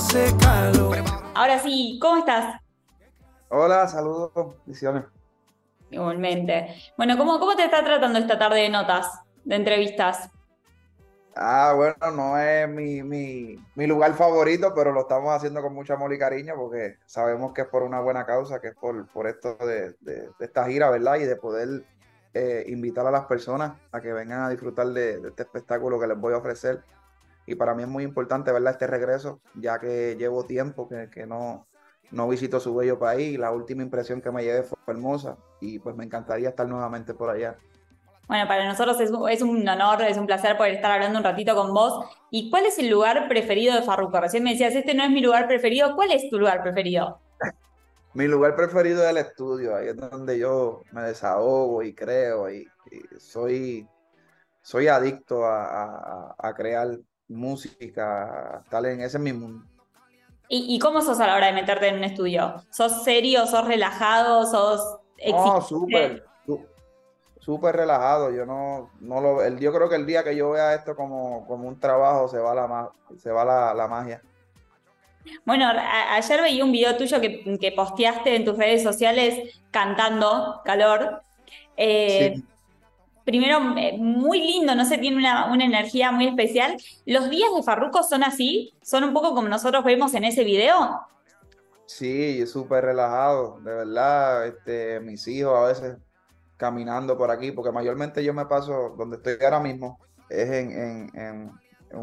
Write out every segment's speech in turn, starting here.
hace calor. Ahora sí, ¿cómo estás? Hola, saludos, bendiciones. Igualmente. Bueno, ¿cómo te está tratando esta tarde de notas, de entrevistas? Bueno, no es mi lugar favorito, pero lo estamos haciendo con mucho amor y cariño porque sabemos que es por una buena causa, que es por esto de esta gira, ¿verdad? Y de poder invitar a las personas a que vengan a disfrutar de este espectáculo que les voy a ofrecer. Y para mí es muy importante, ¿verdad? Este regreso, ya que llevo tiempo que no visito su bello país. La última impresión que me llevé fue hermosa y pues me encantaría estar nuevamente por allá. Bueno, para nosotros es un honor, es un placer poder estar hablando un ratito con vos. ¿Y cuál es el lugar preferido de Farruko? Recién me decías, este no es mi lugar preferido. ¿Cuál es tu lugar preferido? Mi lugar preferido es el estudio, ahí es donde yo me desahogo y creo y soy adicto a crear música, a estar en ese es mi mundo. ¿Y cómo sos a la hora de meterte en un estudio? ¿Sos serio, sos relajado, sos No, exigente? súper relajado. Yo creo que el día que yo vea esto como un trabajo se va la magia. Bueno, ayer veía un video tuyo que posteaste en tus redes sociales cantando Calor. Sí, Eh, Primero, muy lindo, no sé, tiene una energía muy especial. ¿Los días de Farruko son así? ¿Son un poco como nosotros vemos en ese video? sí, súper relajado, de verdad. Mis hijos a veces caminando por aquí, porque mayormente yo me paso donde estoy ahora mismo, es en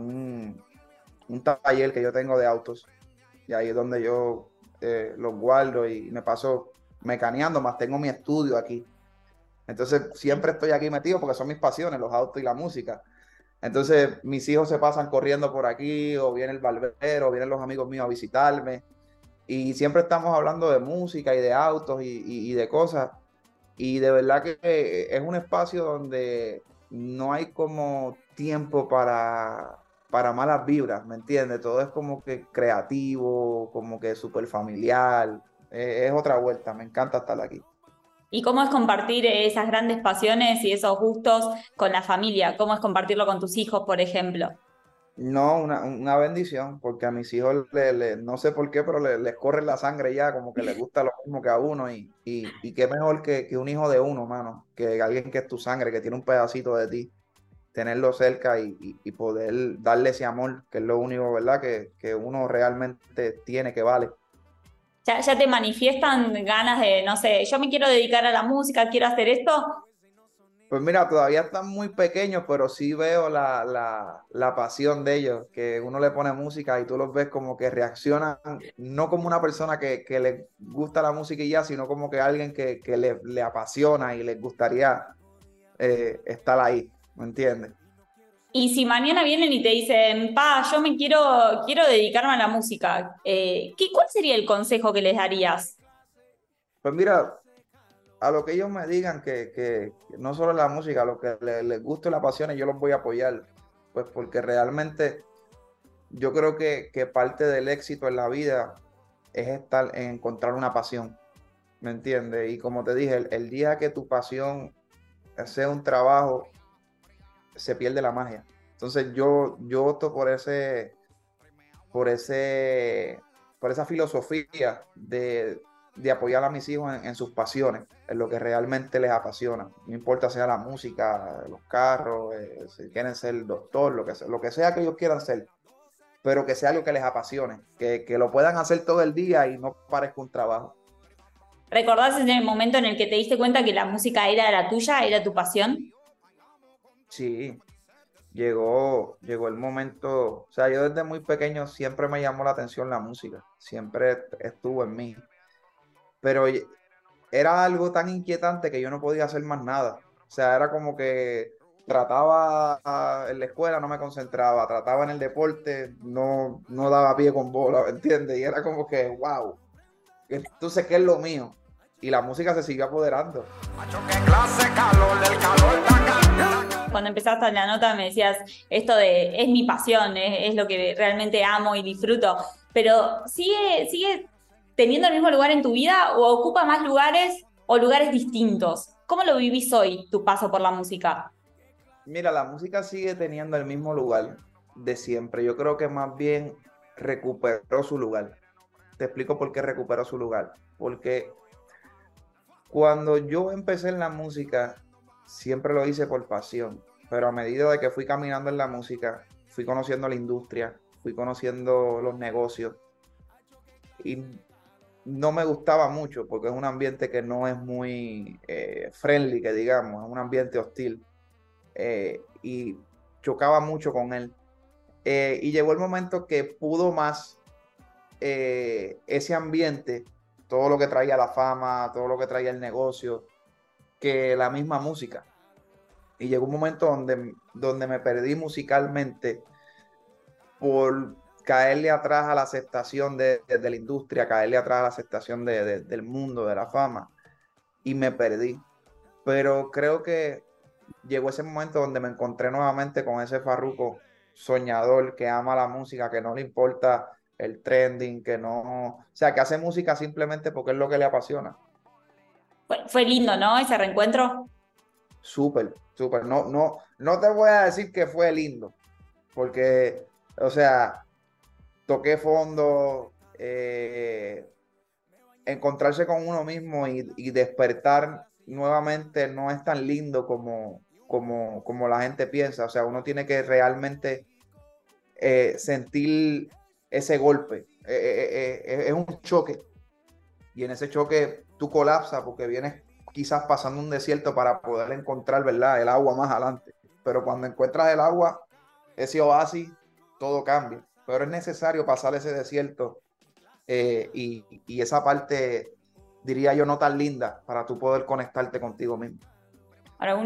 un taller que yo tengo de autos, y ahí es donde yo los guardo y me paso mecaneando, más tengo mi estudio aquí. Entonces siempre estoy aquí metido porque son mis pasiones, los autos y la música. Entonces mis hijos se pasan corriendo por aquí, o viene el barbero, o vienen los amigos míos a visitarme, y siempre estamos hablando de música y de autos y de cosas. Y de verdad que es un espacio donde no hay como tiempo para malas vibras, ¿me entiendes? Todo es como que creativo, como que súper familiar. Es otra vuelta, me encanta estar aquí. ¿Y cómo es compartir esas grandes pasiones y esos gustos con la familia? ¿Cómo es compartirlo con tus hijos, por ejemplo? No, una bendición, porque a mis hijos no sé por qué, pero les corre la sangre ya, como que les gusta lo mismo que a uno, y qué mejor que un hijo de uno, mano, que alguien que es tu sangre, que tiene un pedacito de ti, tenerlo cerca y poder darle ese amor, que es lo único, ¿verdad? Que uno realmente tiene, que vale. ¿Ya te manifiestan ganas de, no sé, yo me quiero dedicar a la música, quiero hacer esto? Pues mira, todavía están muy pequeños, pero sí veo la pasión de ellos, que uno le pone música y tú los ves como que reaccionan, no como una persona que le gusta la música y ya, sino como que alguien que le apasiona y les gustaría estar ahí, ¿me entiendes? Y si mañana vienen y te dicen, pa, yo quiero dedicarme a la música, ¿cuál sería el consejo que les darías? Pues mira, a lo que ellos me digan que no solo la música, a lo que les guste y la apasione, yo los voy a apoyar, pues porque realmente yo creo que parte del éxito en la vida es estar en encontrar una pasión, ¿me entiendes? Y como te dije, el día que tu pasión sea un trabajo, se pierde la magia. Entonces yo opto por ese, por esa filosofía de apoyar a mis hijos en sus pasiones, en lo que realmente les apasiona. No importa sea la música, los carros, si quieren ser doctor, lo que sea que ellos quieran ser, pero que sea algo que les apasione, que lo puedan hacer todo el día y no parezca un trabajo. ¿Recordás en el momento en el que te diste cuenta que la música era la tuya, era tu pasión? Sí, llegó el momento, o sea, yo desde muy pequeño siempre me llamó la atención la música, siempre estuvo en mí, pero era algo tan inquietante que yo no podía hacer más nada. O sea, era como que trataba en la escuela, no me concentraba, trataba en el deporte, no daba pie con bola, ¿me entiendes? Y era como que, wow, entonces, ¿qué es lo mío? Y la música se siguió apoderando. Cuando empezaste la nota me decías esto de es mi pasión, es lo que realmente amo y disfruto, pero ¿sigue teniendo el mismo lugar en tu vida o ocupa más lugares o lugares distintos? ¿Cómo lo vivís hoy, tu paso por la música? Mira, la música sigue teniendo el mismo lugar de siempre. Yo creo que más bien recuperó su lugar. Te explico por qué recuperó su lugar. Porque cuando yo empecé en la música, siempre lo hice por pasión, pero a medida de que fui caminando en la música, fui conociendo la industria, fui conociendo los negocios y no me gustaba mucho porque es un ambiente que no es muy friendly, que digamos, es un ambiente hostil y chocaba mucho con él. Y llegó el momento que pudo más ese ambiente, todo lo que traía la fama, todo lo que traía el negocio, que la misma música. Y llegó un momento donde me perdí musicalmente por caerle atrás a la aceptación de la industria, caerle atrás a la aceptación del mundo, de la fama, y me perdí. Pero creo que llegó ese momento donde me encontré nuevamente con ese Farruko soñador que ama la música, que no le importa el trending, que no, o sea, que hace música simplemente porque es lo que le apasiona. Fue lindo, ¿no? Ese reencuentro. Súper, súper. No, no, no te voy a decir que fue lindo, porque, o sea, toqué fondo, encontrarse con uno mismo y despertar nuevamente no es tan lindo como la gente piensa. O sea, uno tiene que realmente sentir ese golpe. Es un choque y en ese choque tú colapsas porque vienes quizás pasando un desierto para poder encontrar, ¿verdad?, el agua más adelante. Pero cuando encuentras el agua, ese oasis, todo cambia. Pero es necesario pasar ese desierto y esa parte, diría yo, no tan linda para tú poder conectarte contigo mismo. Ahora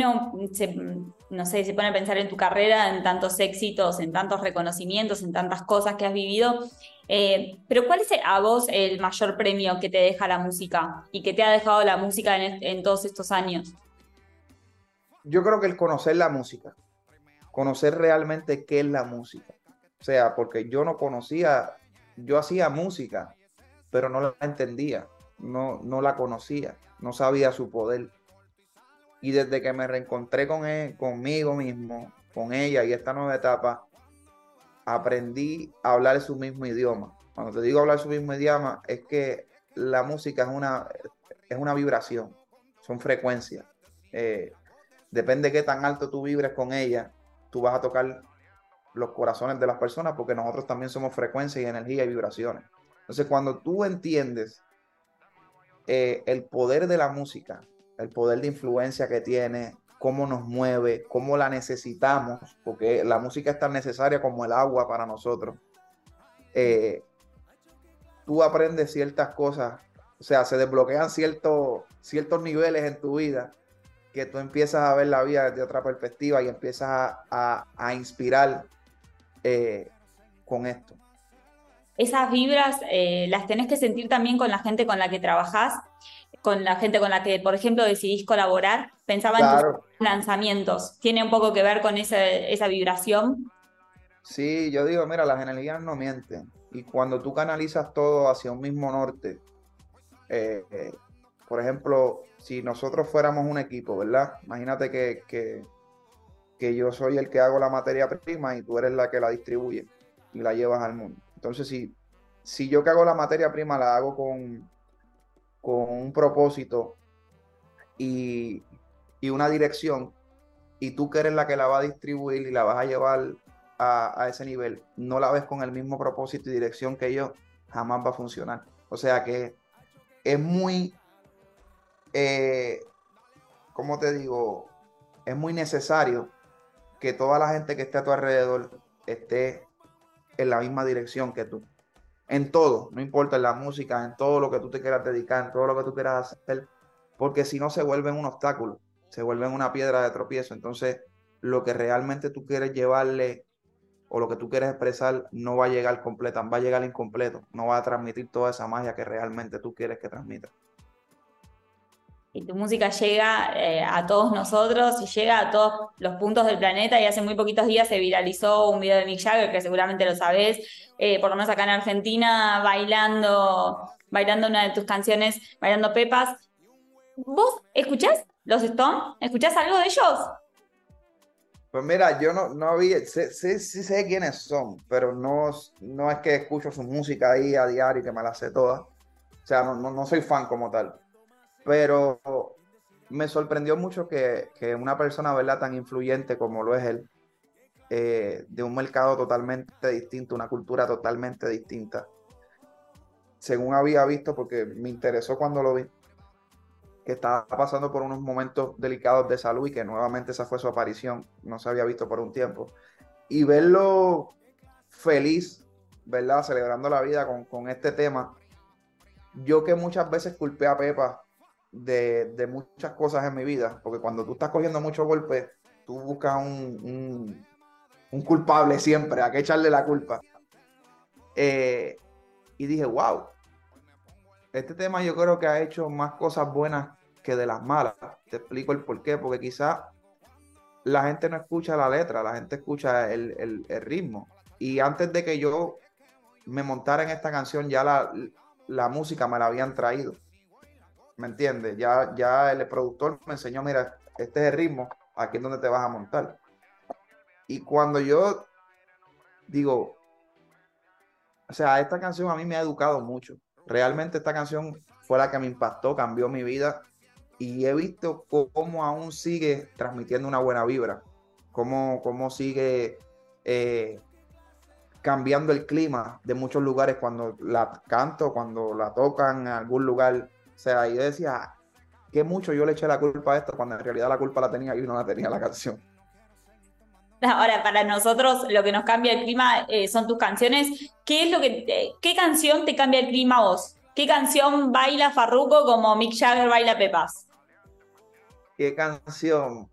no sé, se pone a pensar en tu carrera, en tantos éxitos, en tantos reconocimientos, en tantas cosas que has vivido. Pero ¿cuál es a vos el mayor premio que te deja la música y que te ha dejado la música en todos estos años? Yo creo que el conocer la música, conocer realmente qué es la música. O sea, porque yo no conocía, yo hacía música, pero no la entendía, no la conocía, no sabía su poder. Y desde que me reencontré conmigo mismo, con ella y esta nueva etapa, aprendí a hablar su mismo idioma. Cuando te digo hablar su mismo idioma, es que la música es una vibración, son frecuencias. Eh, Depende de qué tan alto tú vibres con ella, tú vas a tocar los corazones de las personas porque nosotros también somos frecuencia y energía y vibraciones. Entonces, cuando tú entiendes el poder de la música, el poder de influencia que tiene, cómo nos mueve, cómo la necesitamos, porque la música es tan necesaria como el agua para nosotros, eh, tú aprendes ciertas cosas, o sea, se desbloquean ciertos niveles en tu vida que tú empiezas a ver la vida desde otra perspectiva y empiezas a inspirar eh, con esto. Esas vibras las tenés que sentir también con la gente con la que trabajás, con la gente con la que, por ejemplo, decidís colaborar. Pensaba en tus Claro, lanzamientos. ¿Tiene un poco que ver con esa vibración? sí, yo digo, mira, las energías no mienten. Y cuando tú canalizas todo hacia un mismo norte, eh, eh, por ejemplo, si nosotros fuéramos un equipo, ¿verdad? Imagínate que yo soy el que hago la materia prima y tú eres la que la distribuye y la llevas al mundo. Entonces, si yo que hago la materia prima la hago con un propósito y, y una dirección, y tú que eres la que la va a distribuir y la vas a llevar a ese nivel, no la ves con el mismo propósito y dirección que yo, jamás va a funcionar. O sea que es muy, eh, ¿cómo te digo? Es muy necesario que toda la gente que esté a tu alrededor esté en la misma dirección que tú. En todo, no importa en la música, en todo lo que tú te quieras dedicar, en todo lo que tú quieras hacer, porque si no se vuelven un obstáculo, se vuelven una piedra de tropiezo. Entonces, lo que realmente tú quieres llevarle o lo que tú quieres expresar no va a llegar completa, va a llegar incompleto, no va a transmitir toda esa magia que realmente tú quieres que transmita. Y tu música llega a todos nosotros y llega a todos los puntos del planeta y hace muy poquitos días se viralizó un video de Mick Jagger, que seguramente lo sabés, por lo menos acá en Argentina, bailando una de tus canciones, bailando Pepas. ¿Vos escuchás los Stones? ¿Escuchás algo de ellos? Pues mira, yo no vi, sí sé quiénes son, pero no es que escucho su música ahí a diario y que me la sé toda. O sea, no soy fan como tal. Pero me sorprendió mucho que una persona, ¿verdad?, tan influyente como lo es él, de un mercado totalmente distinto, una cultura totalmente distinta, según había visto, porque me interesó cuando lo vi, que estaba pasando por unos momentos delicados de salud y que nuevamente esa fue su aparición, no se había visto por un tiempo. Y verlo feliz, ¿verdad? Celebrando la vida con este tema. Yo que muchas veces culpé a Pepa de muchas cosas en mi vida, porque cuando tú estás cogiendo muchos golpes, tú buscas un culpable siempre, a qué echarle la culpa. Eh, y dije, wow, este tema yo creo que ha hecho más cosas buenas que de las malas. Te explico el por qué, porque quizás la gente no escucha la letra, la gente escucha el ritmo. Y antes de que yo me montara en esta canción, ya la música me la habían traído. ¿Me entiendes? Ya el productor me enseñó, mira, este es el ritmo, aquí es donde te vas a montar. Y cuando yo digo, o sea, esta canción a mí me ha educado mucho. Realmente esta canción fue la que me impactó, cambió mi vida y he visto cómo aún sigue transmitiendo una buena vibra, cómo sigue eh, cambiando el clima de muchos lugares cuando la canto, cuando la tocan en algún lugar. O sea, yo decía, que mucho yo le eché la culpa a esto cuando en realidad la culpa la tenía yo y no la tenía la canción. Ahora, para nosotros lo que nos cambia el clima son tus canciones. ¿Qué es qué canción te cambia el clima a vos? ¿Qué canción baila Farruko como Mick Jagger baila Pepas? ¿Qué canción?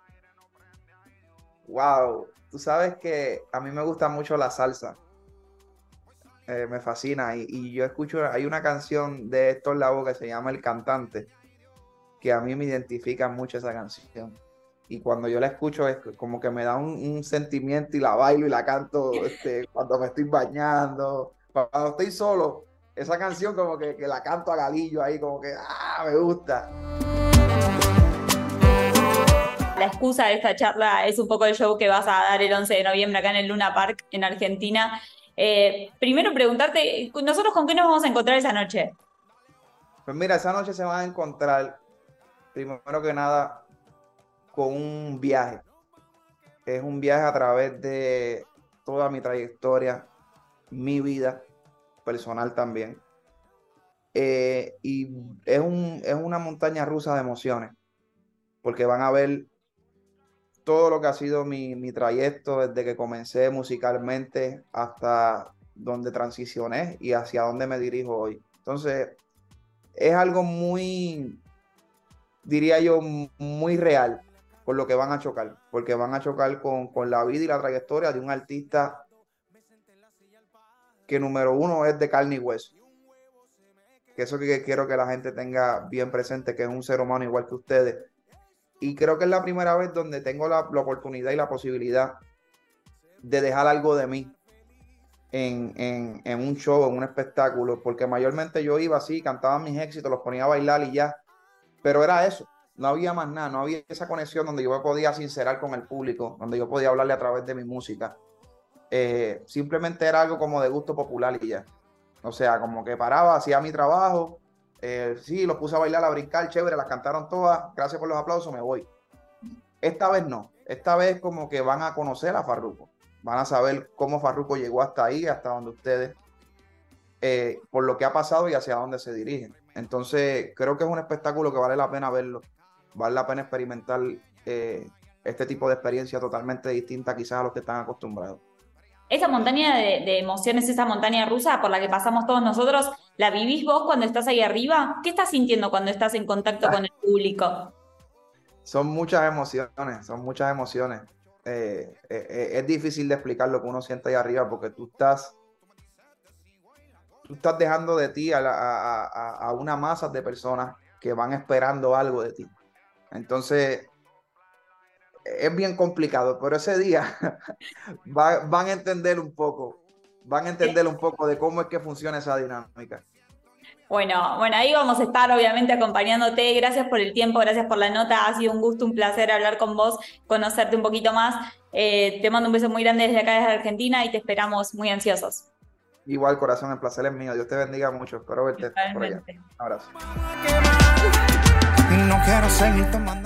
Wow, tú sabes que a mí me gusta mucho la salsa, me fascina y yo escucho, hay una canción de Héctor Lavoe que se llama El Cantante, que a mí me identifica mucho esa canción. Y cuando yo la escucho es como que me da un sentimiento y la bailo y la canto cuando me estoy bañando, cuando estoy solo, esa canción como que la canto a galillo ahí, como que, me gusta. La excusa de esta charla es un poco el show que vas a dar el 11 de noviembre acá en el Luna Park, en Argentina. Primero preguntarte, ¿nosotros con qué nos vamos a encontrar esa noche? Pues mira, esa noche se van a encontrar, primero que nada, con un viaje. Es un viaje a través de toda mi trayectoria, mi vida personal también. Y es una montaña rusa de emociones, porque van a ver todo lo que ha sido mi trayecto desde que comencé musicalmente hasta donde transicioné y hacia dónde me dirijo hoy. Entonces, es algo muy, diría yo, muy real con lo que van a chocar, porque van a chocar con la vida y la trayectoria de un artista que número uno es de carne y hueso, que eso que quiero que la gente tenga bien presente, que es un ser humano igual que ustedes. Y creo que es la primera vez donde tengo la oportunidad y la posibilidad de dejar algo de mí en un show, en un espectáculo, porque mayormente yo iba así, cantaba mis éxitos, los ponía a bailar y ya, pero era eso, no había más nada, no había esa conexión donde yo me podía sincerar con el público, donde yo podía hablarle a través de mi música. Simplemente era algo como de gusto popular y ya. O sea, como que paraba, hacía mi trabajo, sí, los puse a bailar, a brincar, chévere, las cantaron todas, gracias por los aplausos, me voy. Esta vez no, esta vez como que van a conocer a Farruko, van a saber cómo Farruko llegó hasta ahí, hasta donde ustedes, por lo que ha pasado y hacia dónde se dirigen. Entonces, creo que es un espectáculo que vale la pena verlo, vale la pena experimentar este tipo de experiencia totalmente distinta quizás a los que están acostumbrados. Esa montaña de emociones, esa montaña rusa por la que pasamos todos nosotros, ¿la vivís vos cuando estás ahí arriba? ¿Qué estás sintiendo cuando estás en contacto con el público? Son muchas emociones, son muchas emociones. Es difícil de explicar lo que uno siente ahí arriba porque tú estás dejando de ti a una masa de personas que van esperando algo de ti. Entonces, es bien complicado, pero ese día van a entender un poco, van a entender un poco de cómo es que funciona esa dinámica. Bueno, ahí vamos a estar obviamente acompañándote. Gracias por el tiempo, gracias por la nota. Ha sido un gusto, un placer hablar con vos, conocerte un poquito más. Te mando un beso muy grande desde acá, desde Argentina, y te esperamos muy ansiosos. Igual, corazón, el placer es mío. Dios te bendiga mucho. Espero verte por allá. Igualmente. Un abrazo. Y no quiero seguir tomando.